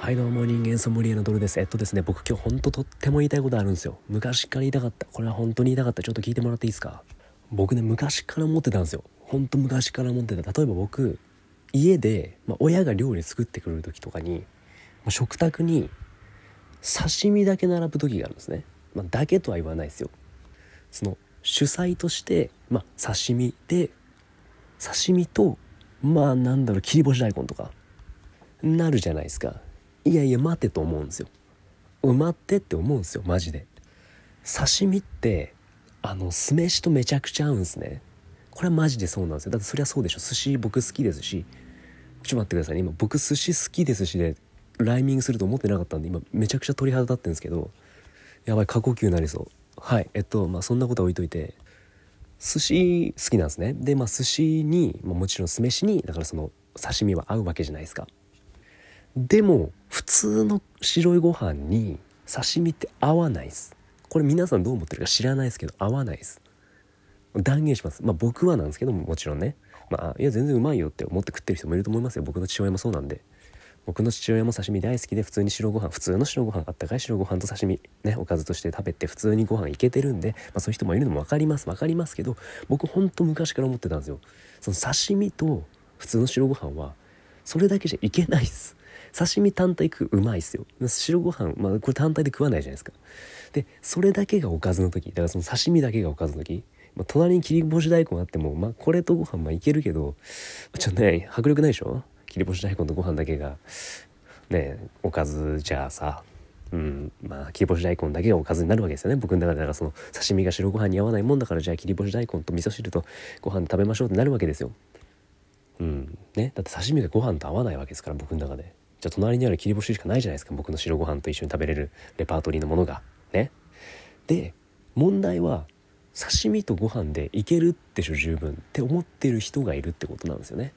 はいどうも、人間ソムリエのドルです。ですね、僕今日ほんととっても言いたいことあるんですよ。昔から言いたかった。これは本当に言いたかった。ちょっと聞いてもらっていいですか？僕ね、昔から思ってたんですよ。ほんと昔から思ってた。例えば僕、家で、親が料理作ってくれる時とかに、食卓に刺身だけ並ぶ時があるんですね。だけとは言わないですよ。その主菜として、刺身で、刺身と切り干し大根とかなるじゃないですか。いやいや待てと思うんですよ。待ってって思うんですよ、マジで。刺身って酢飯とめちゃくちゃ合うんですね。これはマジでそうなんですよ。だってそりゃそうでしょ。寿司僕好きですし、ちょっと待ってくださいね、今僕寿司好きですしでライミングすると思ってなかったんで、今めちゃくちゃ鳥肌立ってるんですけど、やばい過呼吸になりそう。はい、そんなことは置いといて、寿司好きなんですね。で寿司に、もちろん酢飯にだからその刺身は合うわけじゃないですか。でも普通の白いご飯に刺身って合わないです。これ皆さんどう思ってるか知らないですけど、合わないです。断言します。僕はなんですけども、もちろんね、いや全然うまいよって思って食ってる人もいると思いますよ。僕の父親もそうなんで。僕の父親も刺身大好きで、普通に白ご飯、普通の白ご飯、あったかい白ご飯と刺身ね、おかずとして食べて普通にご飯いけてるんで、そういう人もいるのも分かりますけど、僕ほんと昔から思ってたんですよ。その刺身と普通の白ご飯はそれだけじゃいけないっす。刺身単体うまいっすよ。白ご飯これ単体で食わないじゃないですか。でそれだけがおかずの時、だからその刺身だけがおかずの時、隣に切り干し大根あってもこれとご飯いけるけど、ちょっとね迫力ないでしょ。切り干し大根とご飯だけがねおかずじゃあさ、切り干し大根だけがおかずになるわけですよね、僕の中で。だからその刺身が白ご飯に合わないもんだから、じゃあ切り干し大根と味噌汁とご飯で食べましょうってなるわけですよ。だって刺身がご飯と合わないわけですから、僕の中で。じゃあ隣にある切り干ししかないじゃないですか、僕の白ご飯と一緒に食べれるレパートリーのものがね。で問題は刺身とご飯でいけるってしょ十分って思ってる人がいるってことなんですよね。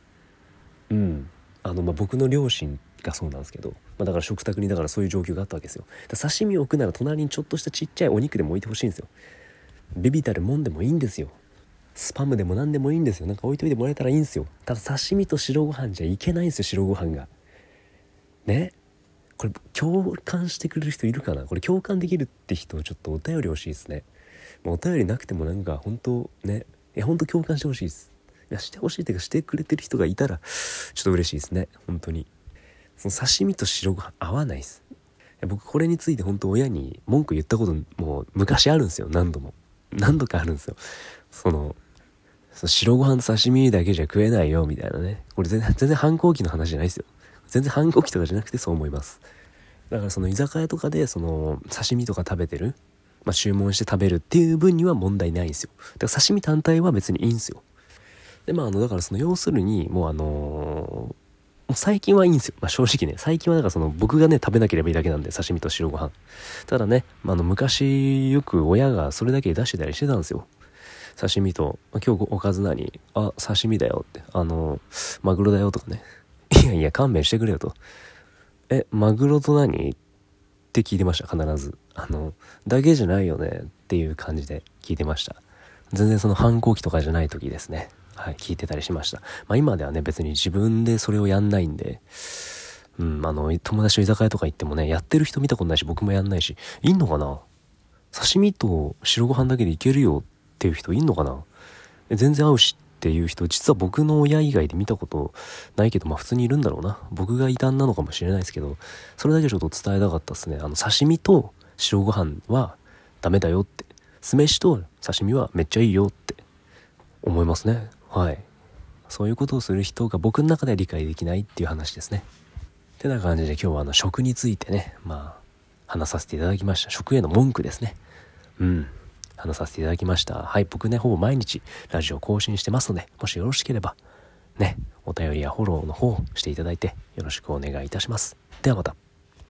僕の両親がそうなんですけど、だから食卓にだからそういう状況があったわけですよ。刺身を置くなら隣にちょっとしたちっちゃいお肉でも置いてほしいんですよ。ビビたるもんでもいいんですよ。スパムでも何でもいいんですよ。置いといてもらえたらいいんですよ。ただ刺身と白ご飯じゃいけないんですよ、白ご飯がね。これ共感してくれる人いるかな。これ共感できるって人ちょっとお便り欲しいですね。お便りなくても本当ね、本当共感してほしいです。してほしいっていうか、してくれてる人がいたらちょっと嬉しいですね。本当にその刺身と白ご飯合わないです。僕これについて本当親に文句言ったこともう昔あるんですよ。何度かあるんですよ。その白ご飯と刺身だけじゃ食えないよみたいなね。これ全然反抗期の話じゃないですよ。全然反抗期とかじゃなくてそう思います。だからその居酒屋とかでその刺身とか食べてる、注文して食べるっていう分には問題ないんですよ。だから刺身単体は別にいいんですよ。でだからその要するにもう最近はいいんですよ。正直ね、最近はだからその僕がね食べなければいいだけなんで、刺身と白ご飯。ただね、昔よく親がそれだけ出してたりしてたんですよ。刺身と今日おかず何？刺身だよって、マグロだよとかね。いやいや勘弁してくれよと。マグロと何って聞いてました。必ずだけじゃないよねっていう感じで聞いてました。全然その反抗期とかじゃない時ですね。はい、聞いてたりしました。今ではね別に自分でそれをやんないんで、友達と居酒屋とか行ってもね、やってる人見たことないし、僕もやんないし。いんのかな、刺身と白ご飯だけでいけるよっていう人いんのかな。全然合うしっていう人、実は僕の親以外で見たことないけど、普通にいるんだろうな。僕が異端なのかもしれないですけど、それだけちょっと伝えたかったですね。刺身と白ご飯はダメだよって、酢飯と刺身はめっちゃいいよって思いますね。はい、そういうことをする人が僕の中では理解できないっていう話ですね。ってな感じで今日は食についてね、話させていただきました。食への文句ですね。話させていただきました。はい、僕ねほぼ毎日ラジオ更新してますので、もしよろしければね、お便りやフォローの方していただいてよろしくお願いいたします。ではまた。